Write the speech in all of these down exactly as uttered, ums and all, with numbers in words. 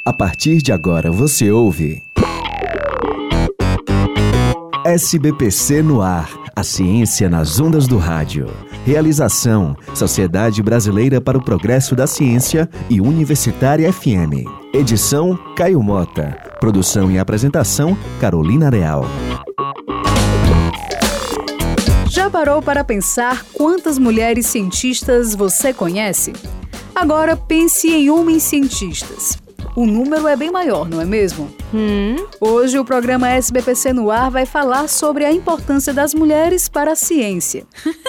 A partir de agora você ouve S B P C no ar, a ciência nas ondas do rádio. Realização, Sociedade Brasileira para o Progresso da Ciência e Universitária F M. Edição, Caio Mota. Produção e apresentação, Carolina Real. Já parou para pensar quantas mulheres cientistas você conhece? Agora pense em homens cientistas. O número é bem maior, não é mesmo? Hum? Hoje o programa S B P C no ar vai falar sobre a importância das mulheres para a ciência.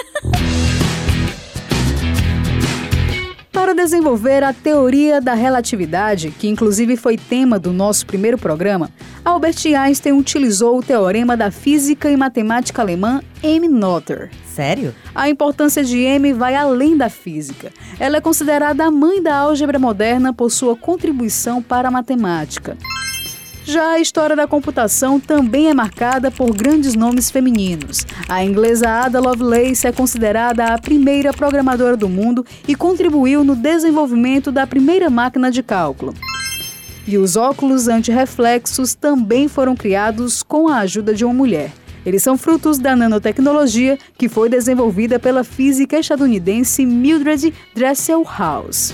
Para desenvolver a teoria da relatividade, que inclusive foi tema do nosso primeiro programa, Albert Einstein utilizou o teorema da física e matemática alemã M. Noether. Sério? A importância de M vai além da física. Ela é considerada a mãe da álgebra moderna por sua contribuição para a matemática. Já a história da computação também é marcada por grandes nomes femininos. A inglesa Ada Lovelace é considerada a primeira programadora do mundo e contribuiu no desenvolvimento da primeira máquina de cálculo. E os óculos antirreflexos também foram criados com a ajuda de uma mulher. Eles são frutos da nanotecnologia que foi desenvolvida pela física estadunidense Mildred Dresselhaus.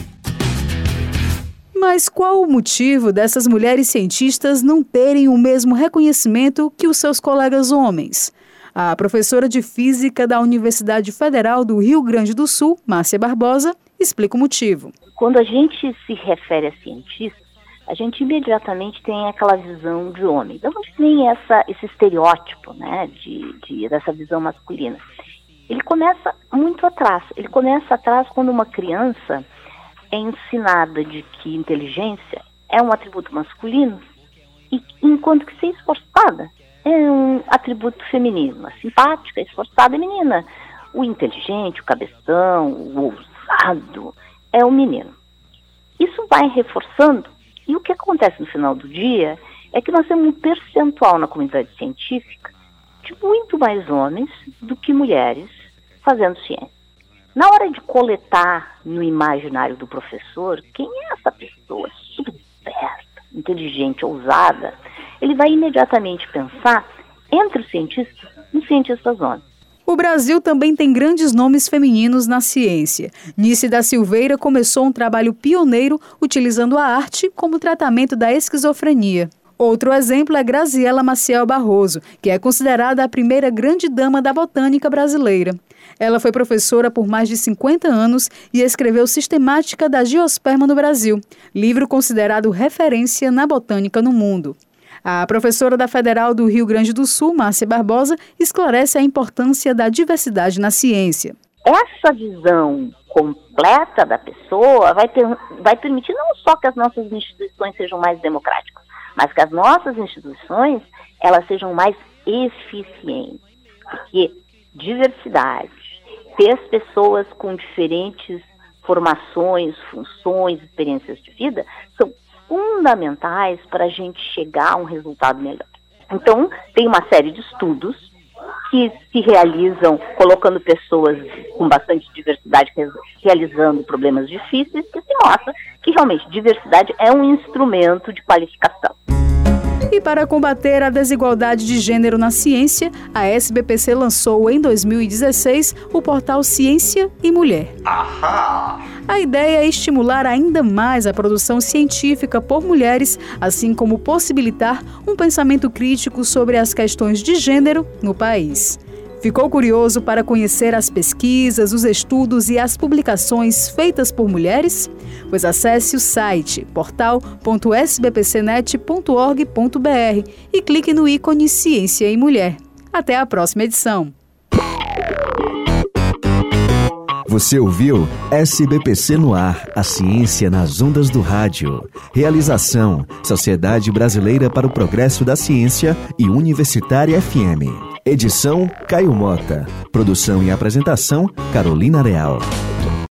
Mas qual o motivo dessas mulheres cientistas não terem o mesmo reconhecimento que os seus colegas homens? A professora de física da Universidade Federal do Rio Grande do Sul, Márcia Barbosa, explica o motivo. Quando a gente se refere a cientistas, a gente imediatamente tem aquela visão de homem. Então, a gente tem essa, esse estereótipo, né, de, de, dessa visão masculina. Ele começa muito atrás. Ele começa atrás quando uma criança é ensinada de que inteligência é um atributo masculino, e enquanto que ser esforçada é um atributo feminino. A simpática, a esforçada é menina. O inteligente, o cabeção, o ousado é o menino. Isso vai reforçando, e o que acontece no final do dia é que nós temos um percentual na comunidade científica de muito mais homens do que mulheres fazendo ciência. Na hora de coletar no imaginário do professor, quem é essa pessoa super esperta, inteligente, ousada, ele vai imediatamente pensar, entre os cientistas, nos cientistas homens. O Brasil também tem grandes nomes femininos na ciência. Nice da Silveira começou um trabalho pioneiro utilizando a arte como tratamento da esquizofrenia. Outro exemplo é Graziela Maciel Barroso, que é considerada a primeira grande dama da botânica brasileira. Ela foi professora por mais de cinquenta anos e escreveu Sistemática da Geosperma no Brasil, livro considerado referência na botânica no mundo. A professora da Federal do Rio Grande do Sul, Márcia Barbosa, esclarece a importância da diversidade na ciência. Essa visão completa da pessoa vai, ter, vai permitir não só que as nossas instituições sejam mais democráticas, mas que as nossas instituições elas sejam mais eficientes. Porque diversidade, ter as pessoas com diferentes formações, funções, experiências de vida, são fundamentais para a gente chegar a um resultado melhor. Então, tem uma série de estudos que se realizam colocando pessoas com bastante diversidade, realizando problemas difíceis, que se mostra que realmente diversidade é um instrumento de qualificação. E para combater a desigualdade de gênero na ciência, a S B P C lançou em dois mil e dezesseis o portal Ciência e Mulher. Ahá! A ideia é estimular ainda mais a produção científica por mulheres, assim como possibilitar um pensamento crítico sobre as questões de gênero no país. Ficou curioso para conhecer as pesquisas, os estudos e as publicações feitas por mulheres? Pois acesse o site portal ponto s b p c net ponto org ponto b r e clique no ícone Ciência e Mulher. Até a próxima edição. Você ouviu S B P C no ar, a ciência nas ondas do rádio. Realização, Sociedade Brasileira para o Progresso da Ciência e Universitária F M. Edição, Caio Mota. Produção e apresentação, Carolina Real.